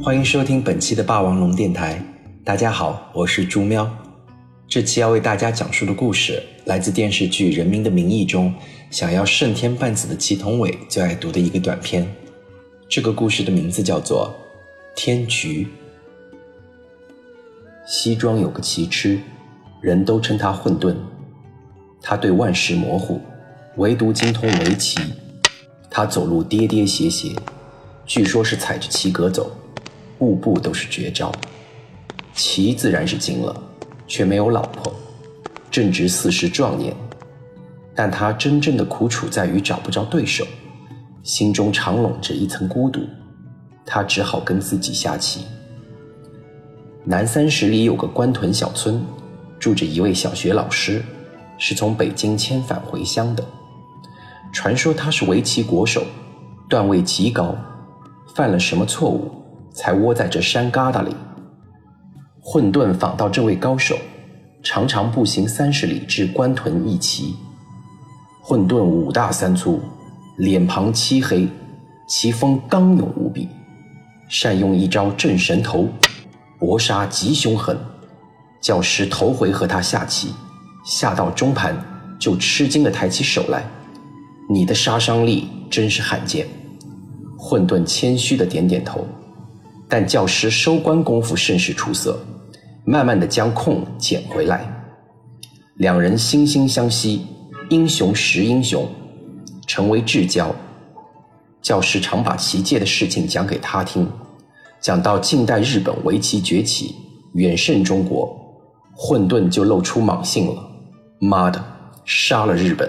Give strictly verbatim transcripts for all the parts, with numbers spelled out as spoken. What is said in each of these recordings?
欢迎收听本期的霸王龙电台。大家好，我是朱喵。这期要为大家讲述的故事来自电视剧《人民的名义》中想要胜天半子的祁同伟最爱读的一个短篇。这个故事的名字叫做天局。西庄有个奇痴，人都称他混沌。他对万事模糊，唯独精通围棋。他走路跌跌斜斜，据说是踩着棋格走，步步都是绝招。棋自然是精了，却没有老婆，正值四十壮年。但他真正的苦楚在于找不着对手，心中常笼着一层孤独，他只好跟自己下棋。南三十里有个官屯小村，住着一位小学老师，是从北京迁返回乡的。传说他是围棋国手，段位极高，犯了什么错误才窝在这山疙瘩里。混沌访到这位高手，常常步行三十里至官屯一棋。混沌五大三粗，脸庞漆黑，棋风刚勇无比，善用一招镇神头，搏杀极凶狠。教师头回和他下棋，下到中盘就吃惊地抬起手来，你的杀伤力真是罕见。混沌谦虚地点点头，但教师收官功夫甚是出色，慢慢地将空捡回来。两人惺惺相惜，英雄识英雄，成为至交。教师常把棋界的事情讲给他听，讲到近代日本围棋崛起，远胜中国，混沌就露出莽性了，妈的，杀了日本。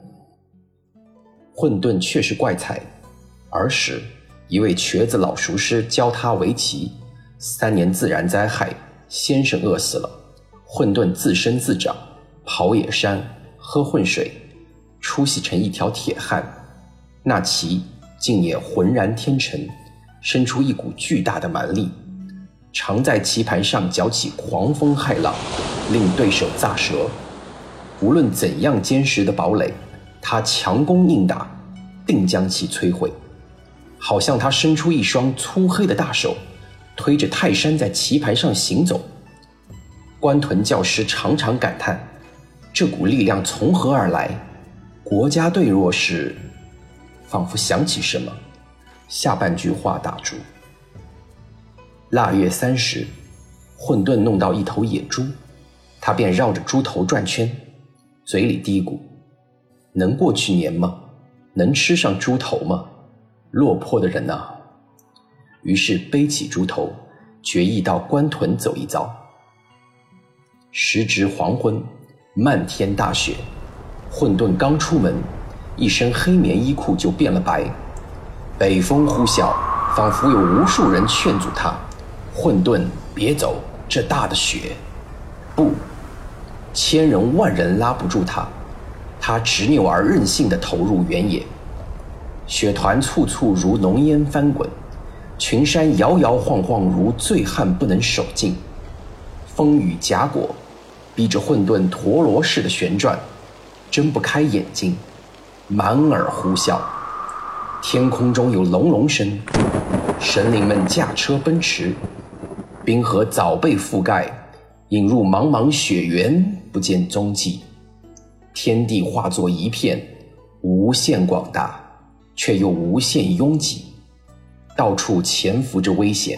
混沌确是怪才，儿时一位瘸子老熟师教他围棋，三年自然灾害，先生饿死了，混沌自生自长，跑野山，喝混水，出息成一条铁汉。那棋竟也浑然天成，生出一股巨大的蛮力，常在棋盘上搅起狂风骇浪，令对手咋舌。无论怎样坚实的堡垒，他强攻硬打，定将其摧毁。好像他伸出一双粗黑的大手，推着泰山在棋盘上行走。官屯教师常常感叹，这股力量从何而来？国家队若是……仿佛想起什么，下半句话打住。腊月三十，混沌弄到一头野猪，他便绕着猪头转圈，嘴里嘀咕，能过去年吗？能吃上猪头吗？落魄的人啊！于是背起猪头，决意到官屯走一遭。时值黄昏，漫天大雪，混沌刚出门，一身黑棉衣裤就变了白。北风呼啸，仿佛有无数人劝阻他，混沌别走，这大的雪。不，千人万人拉不住他，他执拗而任性地投入原野。雪团簇簇如浓烟翻滚，群山摇摇晃晃如醉汉不能守静。风雨夹裹，逼着混沌陀螺似的旋转，睁不开眼睛，满耳呼啸。天空中有隆隆声，神灵们驾车奔驰，冰河早被覆盖，引入茫茫雪原，不见踪迹。天地化作一片，无限广大，却又无限拥挤，到处潜伏着危险。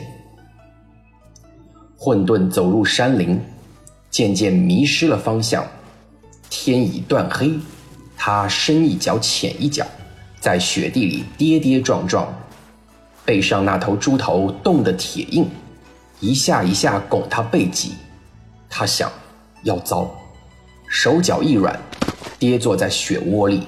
混沌走入山林，渐渐迷失了方向。天已断黑，他深一脚浅一脚，在雪地里跌跌撞撞。背上那头猪头冻得铁硬，一下一下拱他背脊。他想，要糟，手脚一软，跌坐在雪窝里。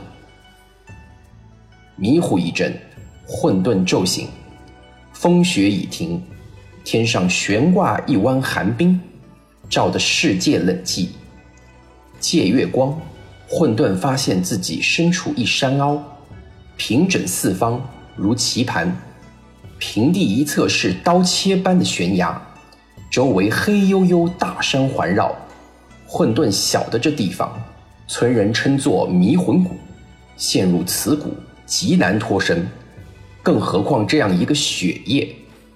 迷糊一阵，混沌骤醒，风雪已停，天上悬挂一湾寒冰，照得世界冷寂。借月光，混沌发现自己身处一山凹，平整四方如棋盘，平地一侧是刀切般的悬崖，周围黑黝黝大山环绕。混沌晓得这地方，村人称作迷魂谷，陷入此谷极难脱身，更何况这样一个雪夜。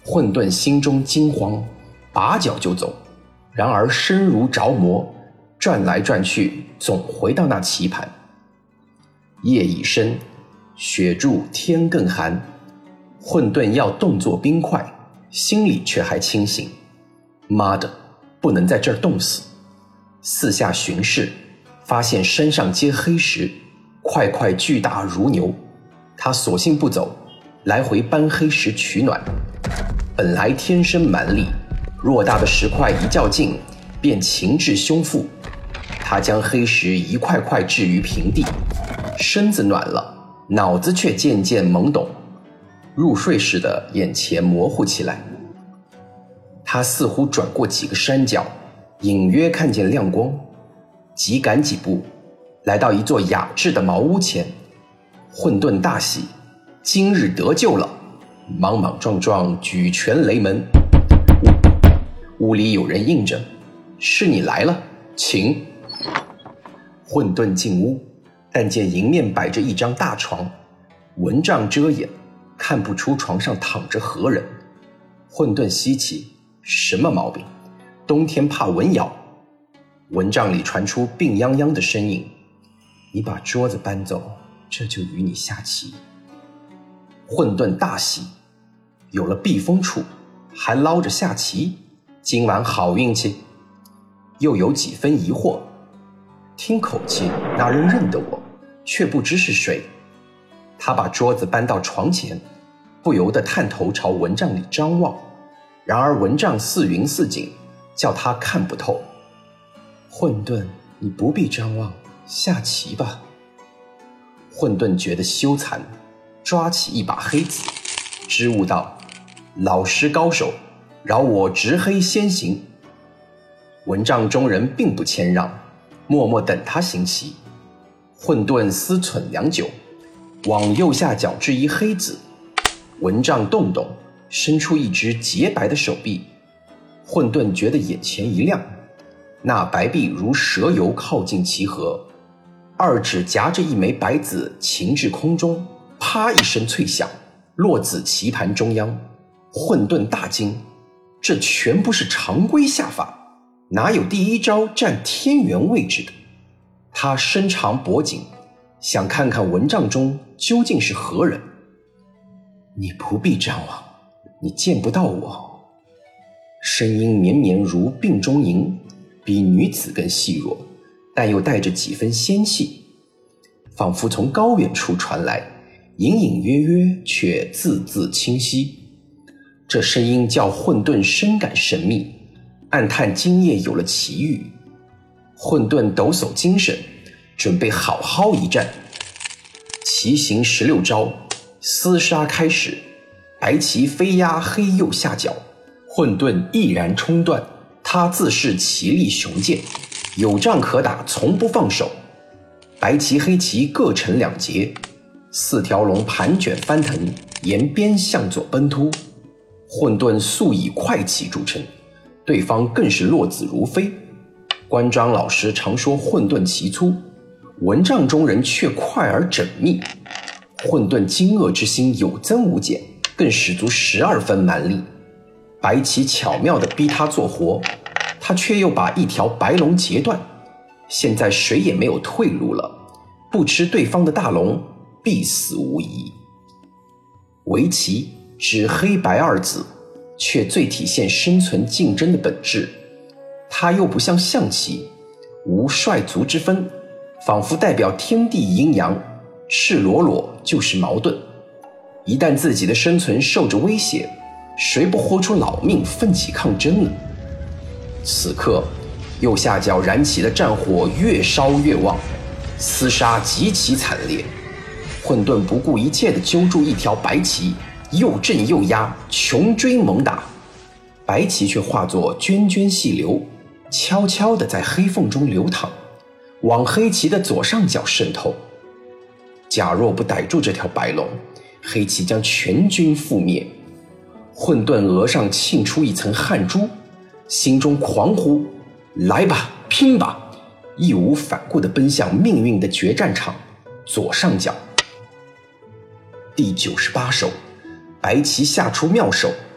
混沌心中惊慌，拔脚就走，然而身如着魔，转来转去，总回到那棋盘。夜已深，雪住天更寒，混沌要动作冰块，心里却还清醒。妈的，不能在这儿冻死！四下巡视，发现山上皆黑石，块块巨大如牛。他索性不走，来回搬黑石取暖。本来天生蛮力，偌大的石块一较劲，便擒至胸腹。他将黑石一块块置于平地，身子暖了，脑子却渐渐懵懂，入睡似的眼前模糊起来。他似乎转过几个山脚，隐约看见亮光，急赶几步，来到一座雅致的茅屋前。混沌大喜，今日得救了，莽莽撞撞举拳雷门。屋里有人应着：“是你来了，请。”混沌进屋，但见迎面摆着一张大床，蚊帐遮掩，看不出床上躺着何人。混沌稀奇，什么毛病？冬天怕蚊咬。蚊帐里传出病殃殃的声音：“你把桌子搬走，这就与你下棋。”混沌大喜，有了避风处，还捞着下棋，今晚好运气。又有几分疑惑，听口气那人认得我，却不知是谁。他把桌子搬到床前，不由得探头朝蚊帐里张望，然而蚊帐似云似景，叫他看不透。混沌，你不必张望，下棋吧。混沌觉得羞惭，抓起一把黑子，支吾道：“老师高手，饶我执黑先行。”蚊帐中人并不谦让，默默等他行棋。混沌思忖良久，往右下角置一黑子，蚊帐动动，伸出一只洁白的手臂。混沌觉得眼前一亮，那白臂如蛇游靠近棋盒，二指夹着一枚白子擒至空中，啪一声脆响，落子棋盘中央。混沌大惊，这全不是常规下法，哪有第一招占天元位置的？他伸长脖颈，想看看蚊帐中究竟是何人。你不必张望，你见不到我。声音绵绵如病中吟，比女子更细弱，但又带着几分仙气，仿佛从高远处传来，隐隐约约却字字清晰。这声音叫混沌深感神秘，暗叹今夜有了奇遇。混沌抖擞精神，准备好好一战。棋行十六招，厮杀开始，白棋飞压黑右下角，混沌毅然冲断。他自是棋力雄健，有仗可打，从不放手。白棋黑棋各成两截，四条龙盘卷翻腾，沿边向左奔突。混沌素以快棋著称，对方更是落子如飞。关张老师常说混沌棋粗，蚊帐中人却快而缜密。混沌惊愕之心有增无减，更使足十二分蛮力。白棋巧妙地逼他做活，他却又把一条白龙截断。现在谁也没有退路了，不吃对方的大龙，必死无疑。围棋指黑白二子，却最体现生存竞争的本质。它又不像象棋，无帅卒之分，仿佛代表天地阴阳，赤裸裸就是矛盾。一旦自己的生存受着威胁，谁不豁出老命奋起抗争呢？此刻右下角燃起的战火越烧越旺，厮杀极其惨烈。混沌不顾一切地揪住一条白棋，又震又压，穷追猛打。白棋却化作涓涓细流，悄悄地在黑缝中流淌，往黑棋的左上角渗透。假若不逮住这条白龙，黑棋将全军覆灭。混沌额上沁出一层汗珠，心中狂呼：来吧，拼吧！义无反顾地奔向命运的决战场，左上角。第九十八手，白棋下出妙手，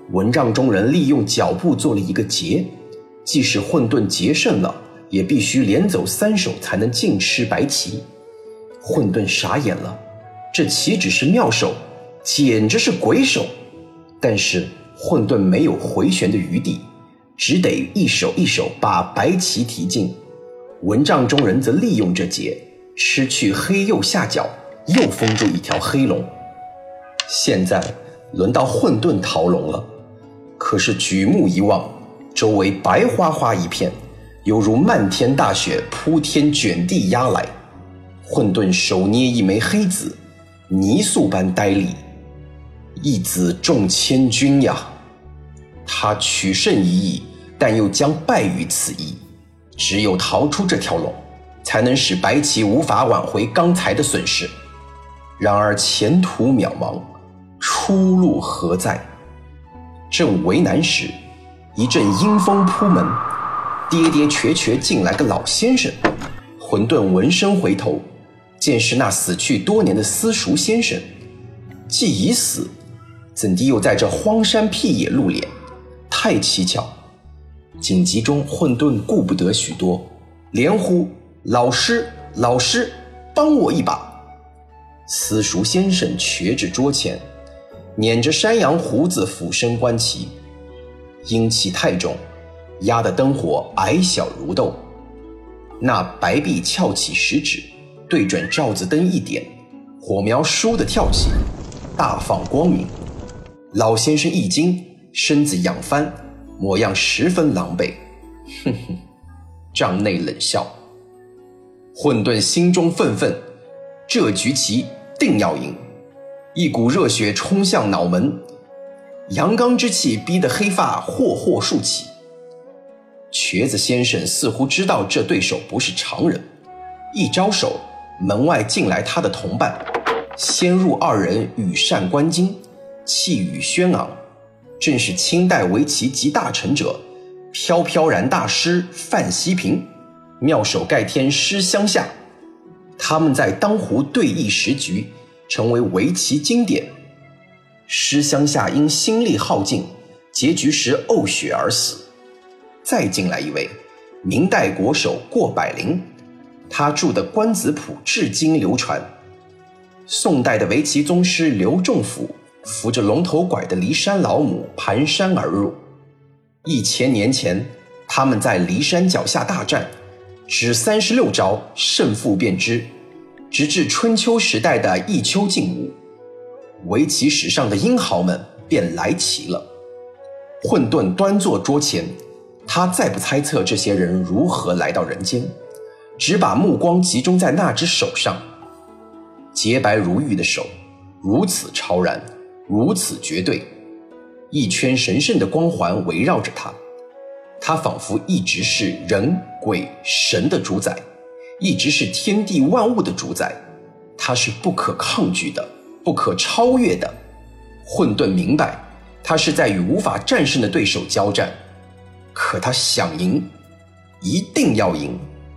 蚊帐中人利用脚步做了一个结，即使混沌结胜了，也必须连走三手才能尽吃白棋。混沌傻眼了，这岂止是妙手，简直是鬼手。但是混沌没有回旋的余地，只得一手一手把白棋提进。蚊帐中人则利用这结，吃去黑釉下角，又封住一条黑龙。现在轮到混沌逃龙了，可是举目一望，周围白花花一片，犹如漫天大雪铺天卷地压来。混沌手捏一枚黑子，泥塑般呆立。一子重千钧呀！他取胜一役，但又将败于此役。只有逃出这条龙，才能使白棋无法挽回刚才的损失。然而前途渺茫，出路何在？正为难时，一阵阴风扑门，跌跌瘸瘸进来个老先生。混沌闻声回头，见是那死去多年的私塾先生。既已死，怎地又在这荒山僻野露脸？太蹊跷！紧急中，混沌顾不得许多，连呼：“老师，老师，帮我一把！”私塾先生瘸至桌前，捻着山羊胡子，俯身观棋。阴气太重，压得灯火矮小如豆。那白臂翘起食指，对准罩子灯一点，火苗倏地跳起，大放光明。老先生一惊，身子仰翻，模样十分狼狈。哼哼，帐内冷笑。混沌心中愤愤，这局棋定要赢。一股热血冲向脑门，阳刚之气逼得黑发霍霍竖起。瘸子先生似乎知道这对手不是常人，一招手，门外进来他的同伴，先入二人羽扇纶巾，气宇轩昂，正是清代围棋集大成者飘飘然大师范希平，妙手盖天诗乡下。他们在当湖对弈十局，成为围棋经典。诗乡下因心力耗尽，结局时呕血而死。再进来一位，明代国手过百龄，他著的《观子谱》至今流传。宋代的围棋宗师刘仲甫扶着龙头拐的骊山老母蹒跚而入。一千年前，他们在骊山脚下大战，只三十六招，胜负便知。直至春秋时代的一秋劲舞，围棋史上的英豪们便来齐了。混沌端坐桌前，他再不猜测这些人如何来到人间，只把目光集中在那只手上。洁白如玉的手，如此超然，如此绝对，一圈神圣的光环围绕着他。他仿佛一直是人鬼神的主宰，一直是天地万物的主宰。他是不可抗拒的，不可超越的。混沌明白，他是在与无法战胜的对手交战，可他想赢，一定要赢。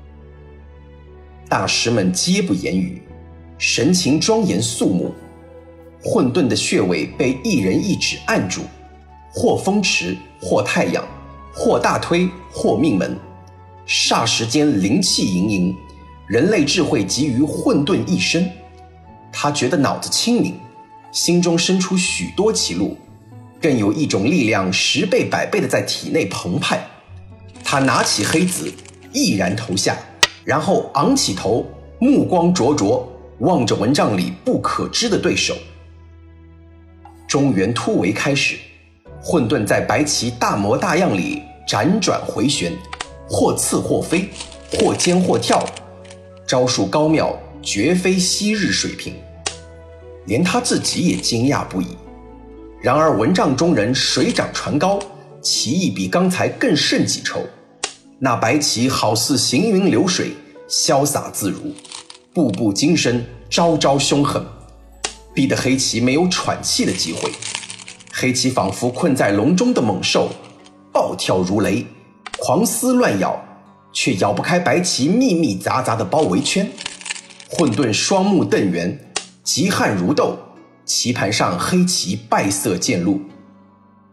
大师们皆不言语，神情庄严肃穆。混沌的穴位被一人一指按住，或风池，或太阳，或大推，或命门。霎时间灵气盈盈，人类智慧集于混沌一身。他觉得脑子清明，心中生出许多歧路，更有一种力量十倍百倍的在体内澎湃。他拿起黑子，毅然投下，然后昂起头，目光灼灼，望着蚊帐里不可知的对手。中原突围开始，混沌在白棋大模大样里辗转回旋，或刺或飞，或尖或跳，招数高妙，绝非昔日水平。连他自己也惊讶不已。然而蚊帐中人水涨船高，棋艺比刚才更胜几筹。那白棋好似行云流水，潇洒自如，步步惊身，招招凶狠，逼得黑棋没有喘气的机会。黑棋仿佛困在笼中的猛兽，暴跳如雷，狂撕乱咬，却咬不开白棋密密杂杂的包围圈。混沌双目瞪圆，极汗如豆，棋盘上黑棋败色渐露。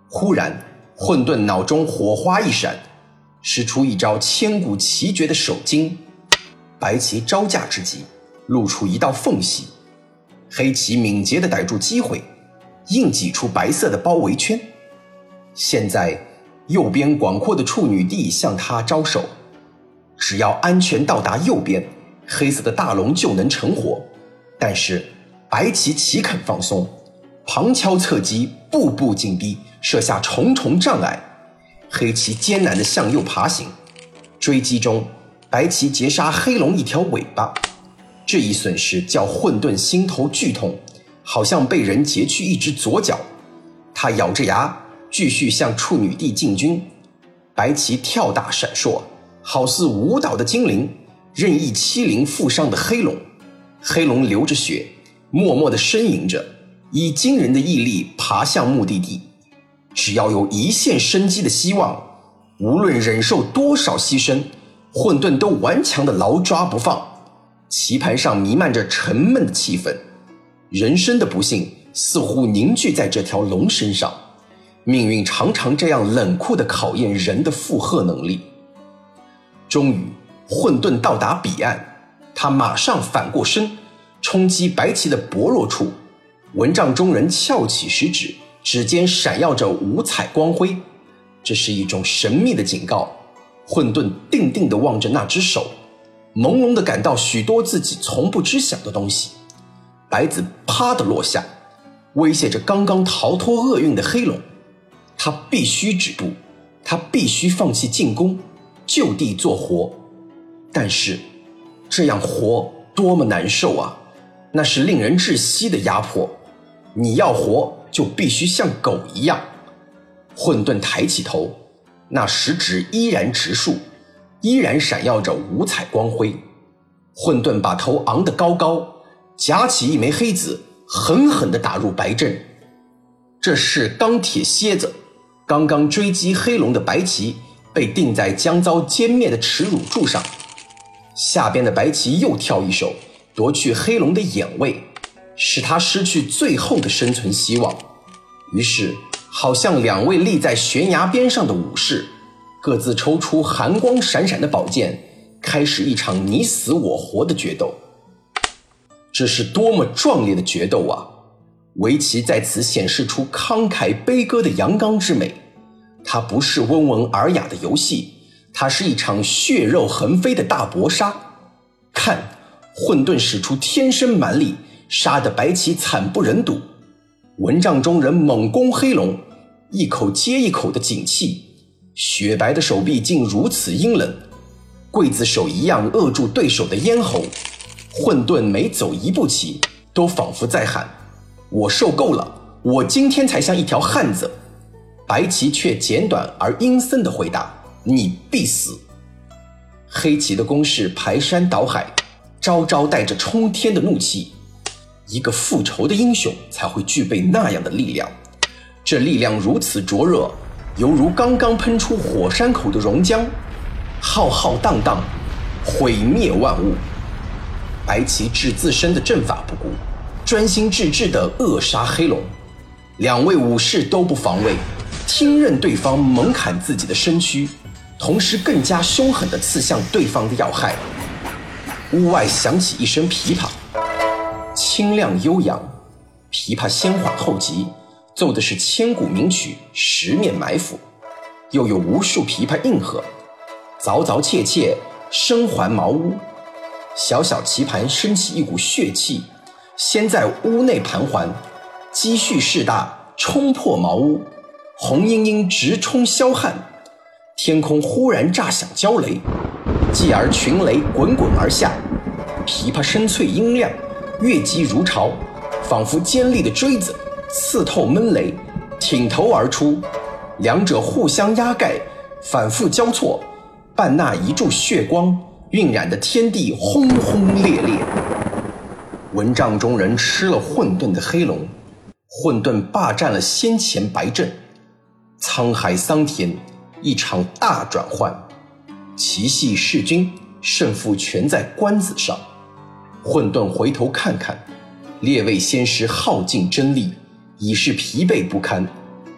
忽然混沌脑中火花一闪，使出一招千古奇绝的手筋。白棋招架之际，露出一道缝隙，黑棋敏捷地逮住机会，硬挤出白色的包围圈。现在右边广阔的处女地向他招手，只要安全到达右边，黑色的大龙就能成活。但是白棋岂肯放松，旁敲侧击，步步紧逼，设下重重障碍。黑棋艰难地向右爬行，追击中白棋截杀黑龙一条尾巴，这一损失叫混沌心头剧痛，好像被人截去一只左脚。他咬着牙继续向处女地进军。白棋跳大闪烁，好似舞蹈的精灵，任意欺凌负伤的黑龙。黑龙流着血，默默地呻吟着，以惊人的毅力爬向目的地。只要有一线生机的希望，无论忍受多少牺牲，混沌都顽强地牢抓不放。棋盘上弥漫着沉闷的气氛，人生的不幸似乎凝聚在这条龙身上。命运常常这样冷酷地考验人的负荷能力。终于混沌到达彼岸，他马上反过身，冲击白棋的薄弱处。蚊帐中人翘起食指，指尖闪耀着五彩光辉，这是一种神秘的警告。混沌定定地望着那只手，朦胧地感到许多自己从不知晓的东西。白子啪地落下，威胁着刚刚逃脱厄运的黑龙。他必须止步，他必须放弃进攻，就地做活。但是这样活多么难受啊，那是令人窒息的压迫。你要活就必须像狗一样。混沌抬起头，那食指依然直竖，依然闪耀着五彩光辉。混沌把头昂得高高，夹起一枚黑子，狠狠地打入白阵。这是钢铁蝎子。刚刚追击黑龙的白棋被钉在将遭歼灭的耻辱柱上，下边的白棋又跳一手，夺去黑龙的眼位，使他失去最后的生存希望。于是好像两位立在悬崖边上的武士，各自抽出寒光闪闪的宝剑，开始一场你死我活的决斗。这是多么壮烈的决斗啊！围棋在此显示出慷慨悲歌的阳刚之美，它不是温文尔雅的游戏，它是一场血肉横飞的大搏杀。看，混沌使出天生蛮力，杀得白棋惨不忍睹。蚊帐中人猛攻黑龙，一口接一口的紧气，雪白的手臂竟如此阴冷，刽子手一样扼住对手的咽喉。混沌每走一步棋，都仿佛在喊：我受够了，我今天才像一条汉子。白棋却简短而阴森地回答：你必死。黑棋的攻势排山倒海，招招带着冲天的怒气。一个复仇的英雄才会具备那样的力量，这力量如此灼热，犹如刚刚喷出火山口的熔浆，浩浩荡荡，毁灭万物。白棋置自身的阵法不顾，专心致志地扼杀黑龙。两位武士都不防卫，听任对方猛砍自己的身躯，同时更加凶狠地刺向对方的要害。屋外响起一声琵琶，清亮悠扬，琵琶先缓后急，奏的是千古名曲《十面埋伏》，又有无数琵琶应和，凿凿切切，声环茅屋。小小棋盘升起一股血气，先在屋内盘桓，积蓄势大，冲破茅屋，红莺莺直冲霄汉。天空忽然炸响焦雷，继而群雷滚滚而下，琵琶声脆音亮，乐击如潮，仿佛尖利的锥子刺透闷雷，挺头而出，两者互相压盖，反复交错，伴那一柱血光，晕染的天地轰轰烈烈。蚊帐中人吃了混沌的黑龙，混沌霸占了先前白阵，沧海桑田，一场大转换，棋系弑君，胜负全在官子上。混沌回头看看，列位先师耗尽真力，已是疲惫不堪。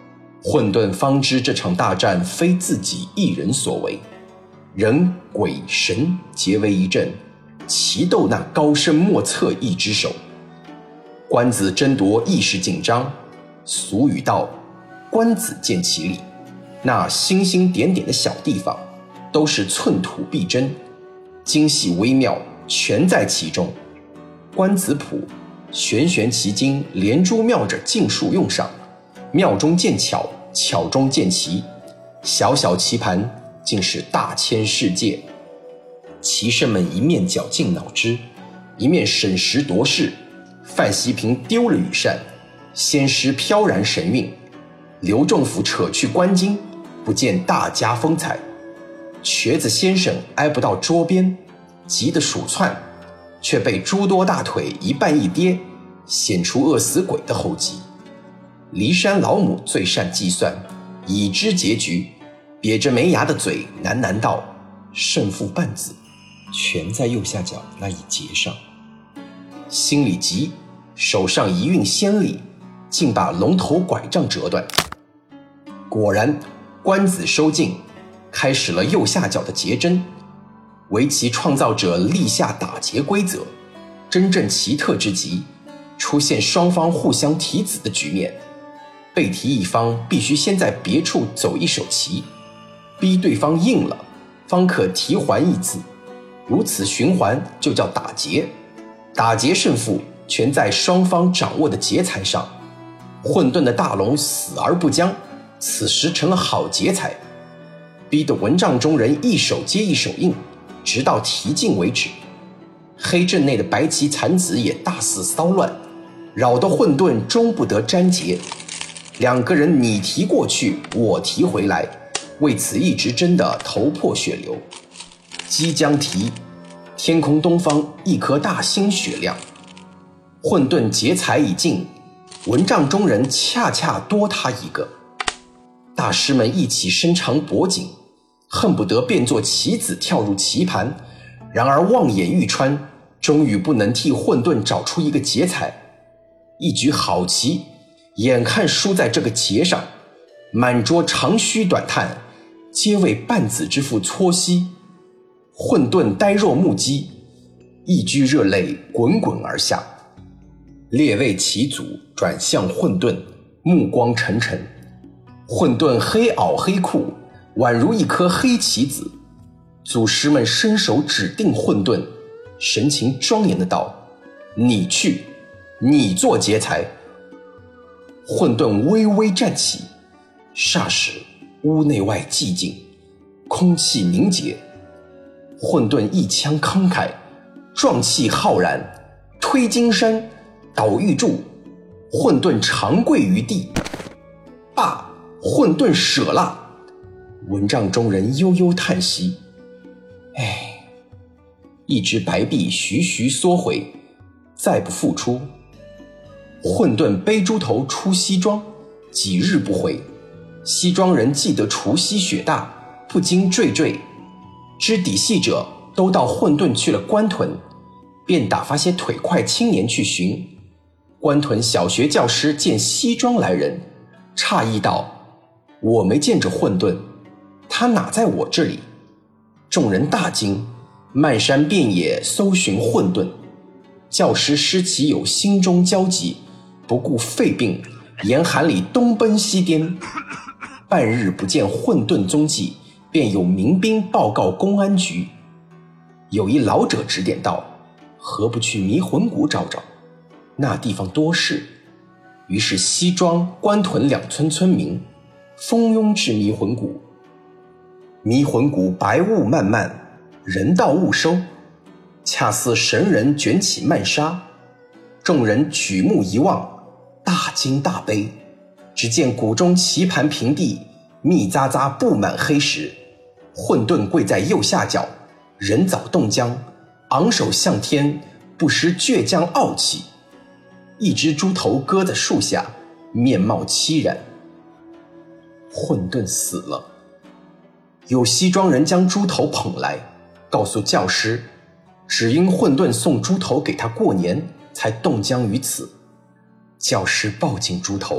混沌方知这场大战非自己一人所为，人鬼神结为一阵，齐斗那高深莫测一只手。官子争夺意识紧张，俗语道：官子见其利。那星星点点的小地方，都是寸土必争，精细微妙全在其中。观子谱，玄玄其精，连珠妙者尽数用上，妙中见巧，巧中见奇，小小棋盘竟是大千世界。棋圣们一面绞尽脑汁，一面审时度势。范希平丢了羽扇，先师飘然神韵；刘仲甫扯去关巾，不见大家风采。瘸子先生挨不到桌边，急得鼠窜，却被诸多大腿一绊一跌，显出饿死鬼的后继。骊山老母最善计算，已知结局，瘪着没牙的嘴喃喃道：胜负半子，全在右下角那一节上。心里急，手上一运仙力，竟把龙头拐杖折断。果然，官子收劲，开始了右下角的结真。围棋创造者立下打劫规则，真正奇特之极，出现双方互相提子的局面。被提一方必须先在别处走一手棋，逼对方应了，方可提还一子，如此循环就叫打劫。打劫胜负全在双方掌握的劫材上。混沌的大龙死而不僵，此时成了好劫材，逼得蚊帐中人一手接一手应，直到提尽为止。黑阵内的白棋残子也大肆骚乱，扰得混沌终不得粘结。两个人你提过去，我提回来，为此一直争得头破血流。即将提，天空东方一颗大星雪亮。混沌劫财已尽，蚊帐中人恰恰多他一个。大师们一起伸长脖颈，恨不得变作棋子跳入棋盘，然而望眼欲穿，终于不能替混沌找出一个劫财。一局好棋眼看输在这个劫上，满桌长吁短叹，皆为半子之父搓膝。混沌呆若木鸡，一掬热泪滚滚而下。列位棋祖转向混沌，目光沉沉。混沌黑袄黑裤，宛如一颗黑棋子。祖师们伸手指定混沌，神情庄严的道：你去，你做劫财。混沌微微站起，霎时屋内外寂静，空气凝结。混沌一腔慷慨，壮气浩然，推金山，倒玉柱，混沌长跪于地。罢，混沌舍了。蚊帐中人悠悠叹息，唉，一只白臂徐徐缩回，再不复出。混沌背猪头出西庄，几日不回，西庄人记得除夕雪大，不禁惴惴。知底细者都道混沌去了官屯，便打发些腿快青年去寻。官屯小学教师见西庄来人，诧异道：我没见着混沌，他哪在我这里？众人大惊，漫山遍野搜寻混沌。教师施其有心中焦急，不顾肺病，严寒里东奔西颠。半日不见混沌踪迹，便有民兵报告公安局。有一老者指点道：何不去迷魂谷找找，那地方多事。于是西庄、官屯两村村民蜂拥至迷魂谷。迷魂谷白雾漫漫，人到雾收，恰似神人卷起漫纱。众人举目一望，大惊大悲，只见谷中棋盘平地，密匝匝布满黑石。混沌跪在右下角，人早冻僵，昂首向天，不失倔强傲气。一只猪头搁在树下，面貌凄然。混沌死了。有西庄人将猪头捧来，告诉教师，只因混沌送猪头给他过年，才冻僵于此。教师抱紧猪头，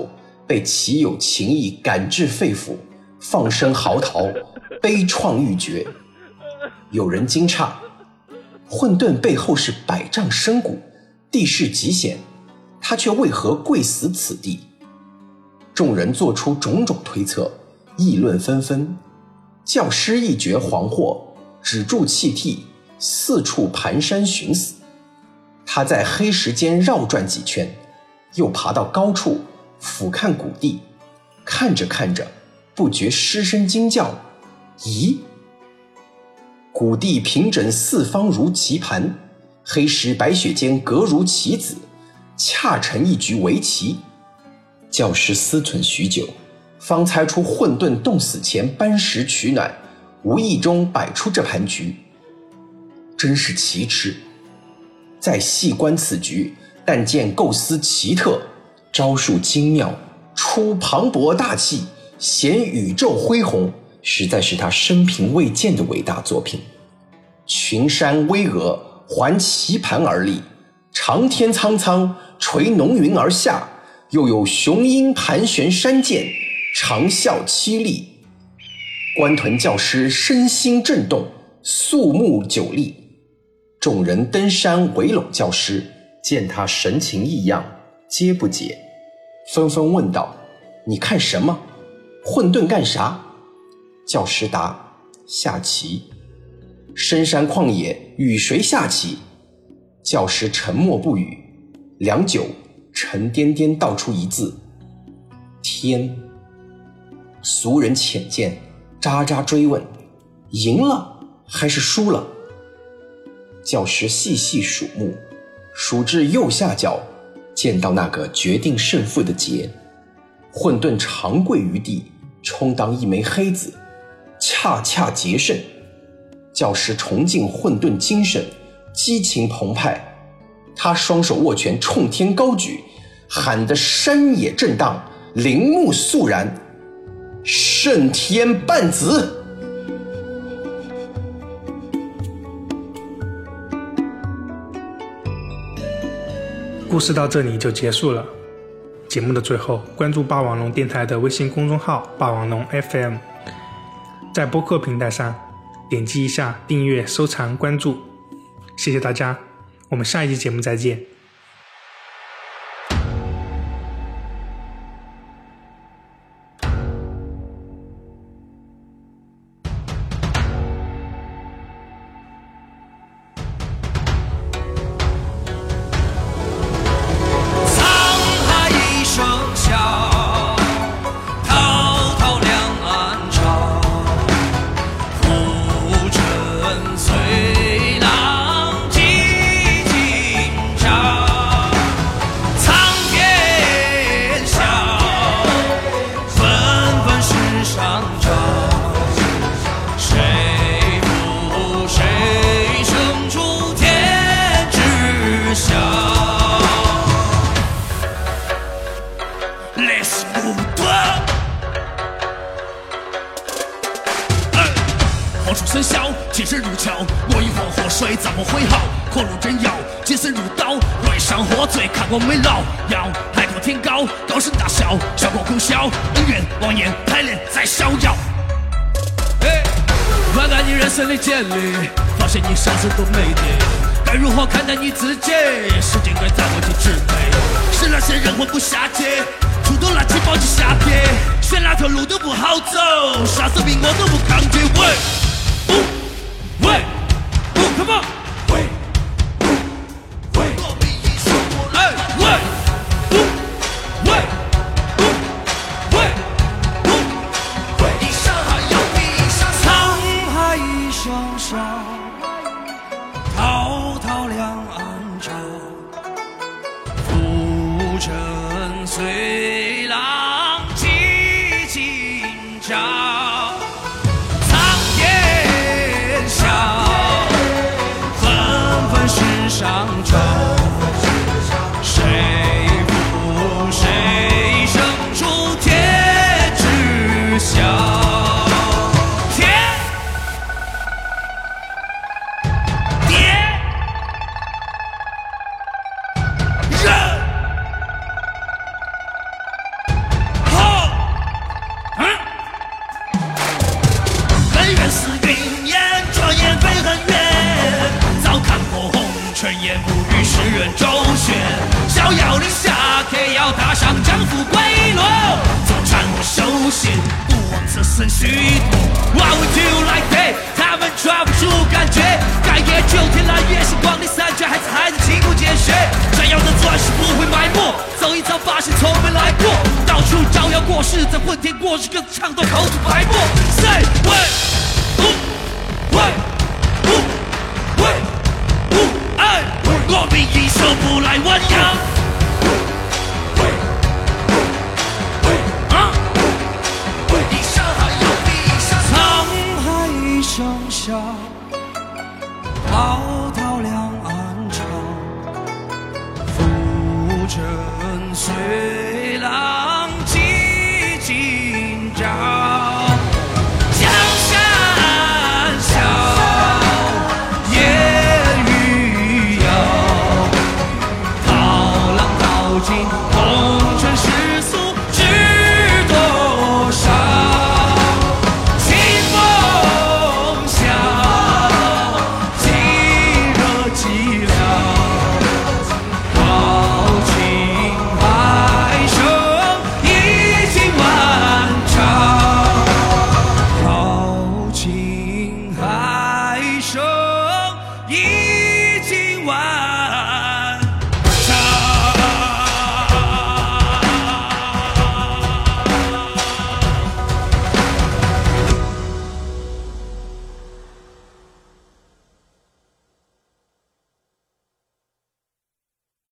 被其有情意感至肺腑，放声嚎啕，悲怆欲绝。有人惊诧，混沌背后是百丈深谷，地势极险，他却为何跪死此地？众人做出种种推测，议论纷纷。教师一觉惶惑，止住气涕，四处蹒跚寻死。他在黑石间绕转几圈，又爬到高处俯瞰谷地，看着看着，不觉失声惊叫：咦！谷地平整四方如棋盘，黑石白雪间隔如棋子，恰成一局围棋。教师思忖许久，方猜出混沌冻死前搬石取暖，无意中摆出这盘局。真是奇耻！再细观此局，但见构思奇特，招数精妙，出磅礴大气，显宇宙恢宏，实在是他生平未见的伟大作品。群山巍峨，环棋盘而立，长天苍苍，垂浓云而下，又有雄鹰盘旋山涧，长啸凄厉。关屯教师身心震动，肃穆久立。众人登山围拢教师，见他神情异样，皆不解，纷纷问道：你看什么？混沌干啥？教师答：下棋。深山旷野，与谁下棋？教师沉默不语，良久，沉甸甸道出一字：天。俗人浅见，渣渣追问：赢了还是输了？教师细细数目，数至右下角，见到那个决定胜负的节。混沌长跪于地，充当一枚黑子，恰恰节胜。教师重敬混沌精神，激情澎湃。他双手握拳，冲天高举，喊得山野震荡，林木肃然。胜天半子！ 故事到这里就结束了。节目的最后，关注霸王龙电台的微信公众号霸王龙 F M， 在播客平台上点击一下订阅、收藏、关注，谢谢大家，我们下一期节目再见。 生肖，气势如潮，我一火火水怎么会好？火如真妖，剑身如刀，瑞上祸罪，看我没老。要海阔天高，高声大笑，效果空笑，恩怨妄言，排练在逍遥。观看你人生的简历，发现你上身多美丽。该如何看待你自己？时间该在为你支配。是那些人混不下界，出动垃圾包进下跌，选哪条路都不好走，啥生命我都不抗拒。喂，不，喂，不 ，come on， 喂，不，喂，哎，喂，不，喂，不，喂，不，喂，一山还有比山沧海一声笑，滔滔两岸潮，浮沉随浪几今朝。苍天笑， 世人周旋，逍遥林下 K 要踏上江湖归路，走战我手心，不枉此生虚度。Why would you like that？ 他们抓不住感觉，该夜九天蓝月星光里三绝，孩子还在勤苦见学，闪耀的钻石不会埋没，走一遭发现从没来过，到处招摇过市，在混天过日，各自唱段口吐白沫。Say way， 呜喂呜喂呜哎，我命一生不来弯腰。